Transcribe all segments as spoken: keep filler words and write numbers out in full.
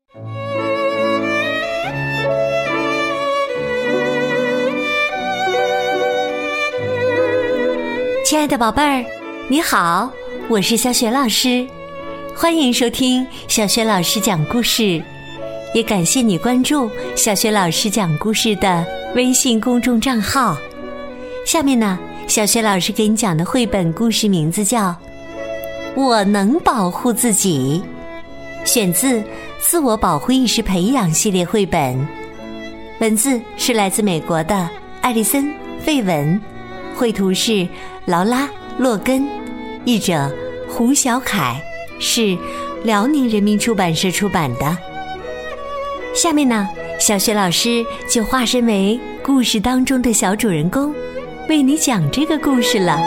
亲爱的宝贝儿，你好，我是小雪老师，欢迎收听小雪老师讲故事，也感谢你关注小雪老师讲故事的微信公众账号。下面呢，小雪老师给你讲的绘本故事名字叫《我能保护自己》，选自《自我保护意识培养》系列绘本，文字是来自美国的艾丽森·费文，绘图是劳拉·洛根，译者胡小凯，是辽宁人民出版社出版的。下面呢，小雪老师就化身为故事当中的小主人公，为你讲这个故事了。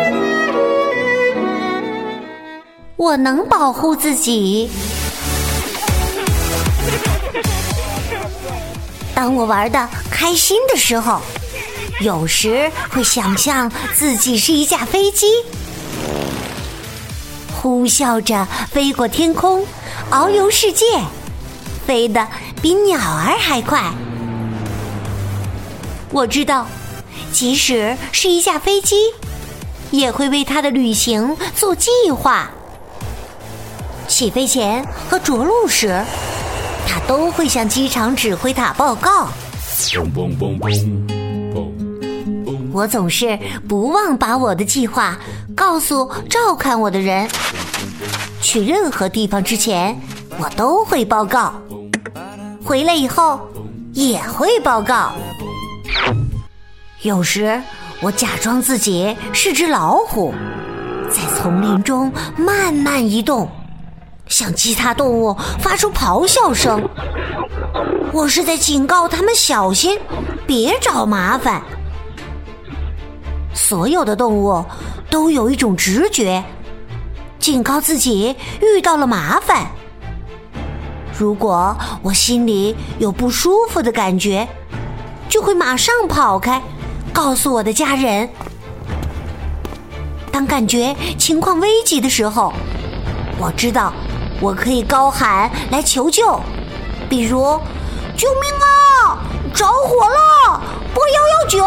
我能保护自己。当我玩得开心的时候，有时会想象自己是一架飞机，呼啸着飞过天空，遨游世界，飞得比鸟儿还快。我知道，即使是一架飞机，也会为它的旅行做计划。起飞前和着陆时，它都会向机场指挥塔报告。我总是不忘把我的计划告诉照看我的人。去任何地方之前，我都会报告，回来以后也会报告。有时我假装自己是只老虎，在丛林中慢慢移动，向其他动物发出咆哮声。我是在警告他们小心，别找麻烦。所有的动物都有一种直觉，警告自己遇到了麻烦。如果我心里有不舒服的感觉，就会马上跑开，告诉我的家人。当感觉情况危急的时候，我知道我可以高喊来求救，比如救命啊，着火了，拨一一九。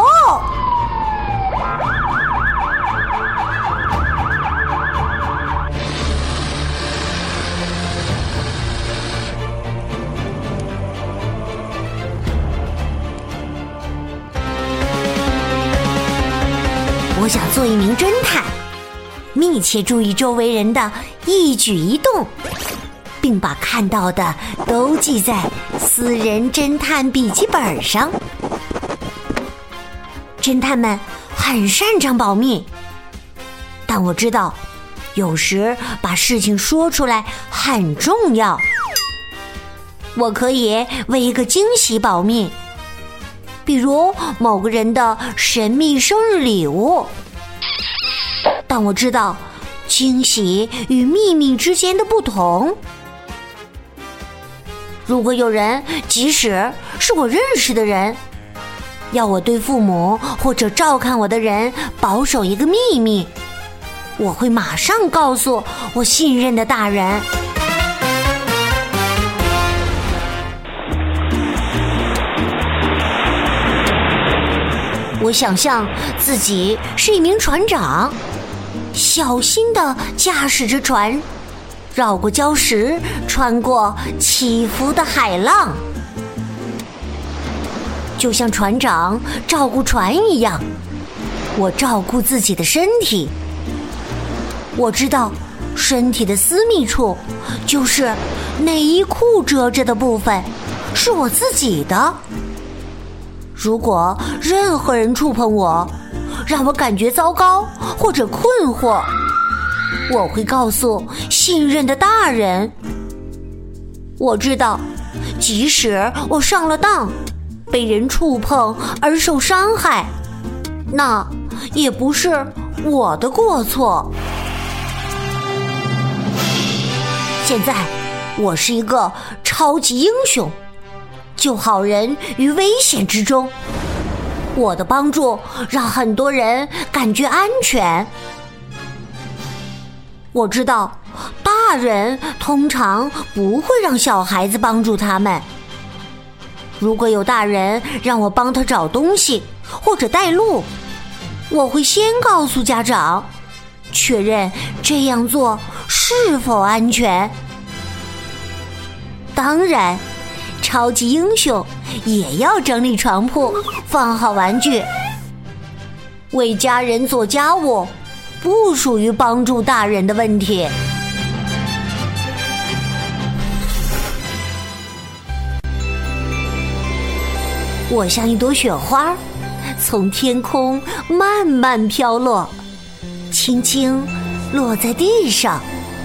我想做一名侦探，密切注意周围人的一举一动，并把看到的都记在私人侦探笔记本上。侦探们很擅长保密，但我知道，有时把事情说出来很重要。我可以为一个惊喜保密，比如某个人的神秘生日礼物。但我知道惊喜与秘密之间的不同。如果有人，即使是我认识的人，要我对父母或者照看我的人保守一个秘密，我会马上告诉我信任的大人。我想象自己是一名船长，小心地驾驶着船，绕过礁石，穿过起伏的海浪，就像船长照顾船一样，我照顾自己的身体。我知道身体的私密处，就是内衣裤遮着的部分，是我自己的。如果任何人触碰我，让我感觉糟糕或者困惑，我会告诉信任的大人。我知道，即使我上了当，被人触碰而受伤害，那也不是我的过错。现在我是一个超级英雄，救好人于危险之中。我的帮助让很多人感觉安全。我知道，大大人通常不会让小孩子帮助他们。如果有大人让我帮他找东西或者带路，我会先告诉家长，确认这样做是否安全。当然，超级英雄也要整理床铺，放好玩具。为家人做家务，不属于帮助大人的问题。我像一朵雪花，从天空慢慢飘落，轻轻落在地上。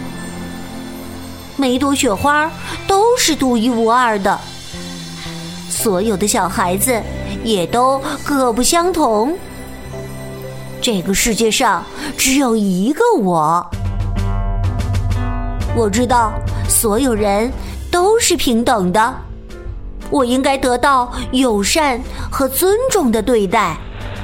每朵雪花都是独一无二的，所有的小孩子也都各不相同。这个世界上只有一个我。我知道所有人都是平等的，我应该得到友善和尊重的对待。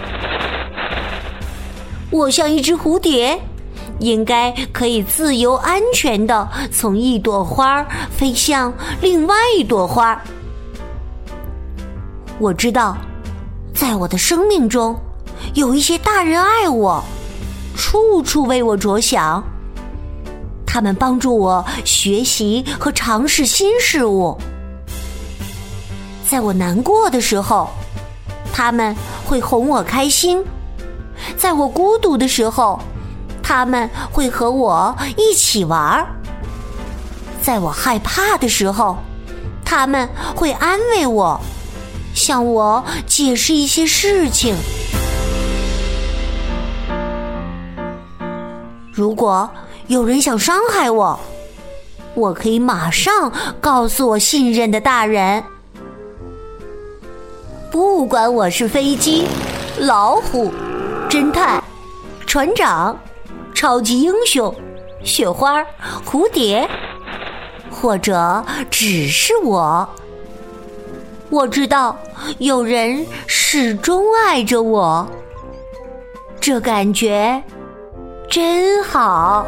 我像一只蝴蝶，应该可以自由安全地从一朵花飞向另外一朵花。我知道，在我的生命中，有一些大人爱我，处处为我着想。他们帮助我学习和尝试新事物。在我难过的时候，他们会哄我开心；在我孤独的时候，他们会和我一起玩；在我害怕的时候，他们会安慰我，向我解释一些事情。如果有人想伤害我，我可以马上告诉我信任的大人。不管我是飞机、老虎、侦探、船长、超级英雄、雪花、蝴蝶，或者只是我，我知道有人始终爱着我，这感觉真好。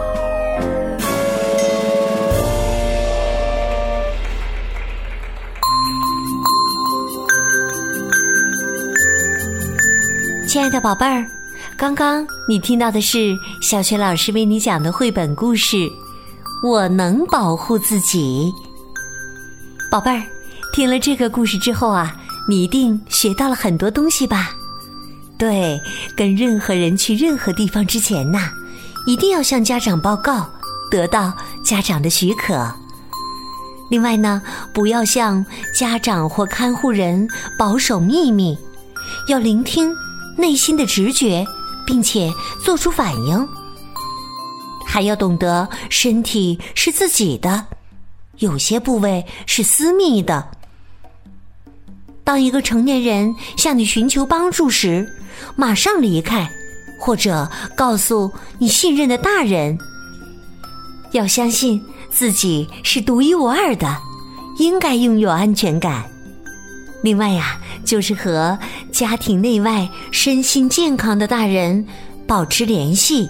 亲爱的宝贝儿，刚刚你听到的是小雪老师为你讲的绘本故事《我能保护自己》。宝贝儿，听了这个故事之后啊，你一定学到了很多东西吧？对，跟任何人去任何地方之前呐，一定要向家长报告，得到家长的许可。另外呢，不要向家长或看护人保守秘密，要聆听内心的直觉，并且做出反应。还要懂得身体是自己的，有些部位是私密的。当一个成年人向你寻求帮助时，马上离开，或者告诉你信任的大人。要相信自己是独一无二的，应该拥有安全感。另外呀，就是和家庭内外身心健康的大人保持联系。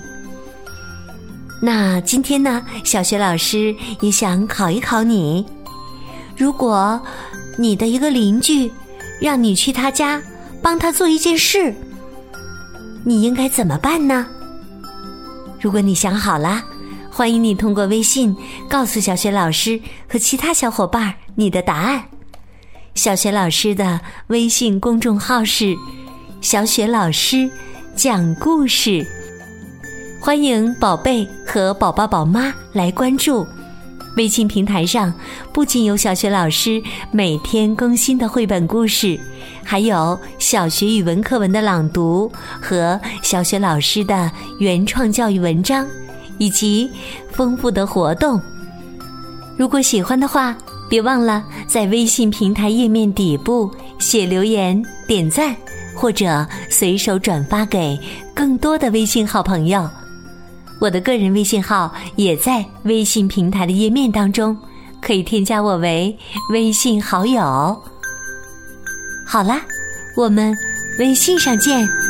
那今天呢，小雪老师也想考一考你，如果你的一个邻居让你去他家帮他做一件事，你应该怎么办呢？如果你想好了，欢迎你通过微信告诉小雪老师和其他小伙伴你的答案。小雪老师的微信公众号是小雪老师讲故事，欢迎宝贝和宝宝宝妈来关注。微信平台上不仅有小雪老师每天更新的绘本故事，还有小学语文课文的朗读和小雪老师的原创教育文章，以及丰富的活动。如果喜欢的话，别忘了在微信平台页面底部写留言、点赞，或者随手转发给更多的微信好朋友。我的个人微信号也在微信平台的页面当中，可以添加我为微信好友。好啦，我们微信上见。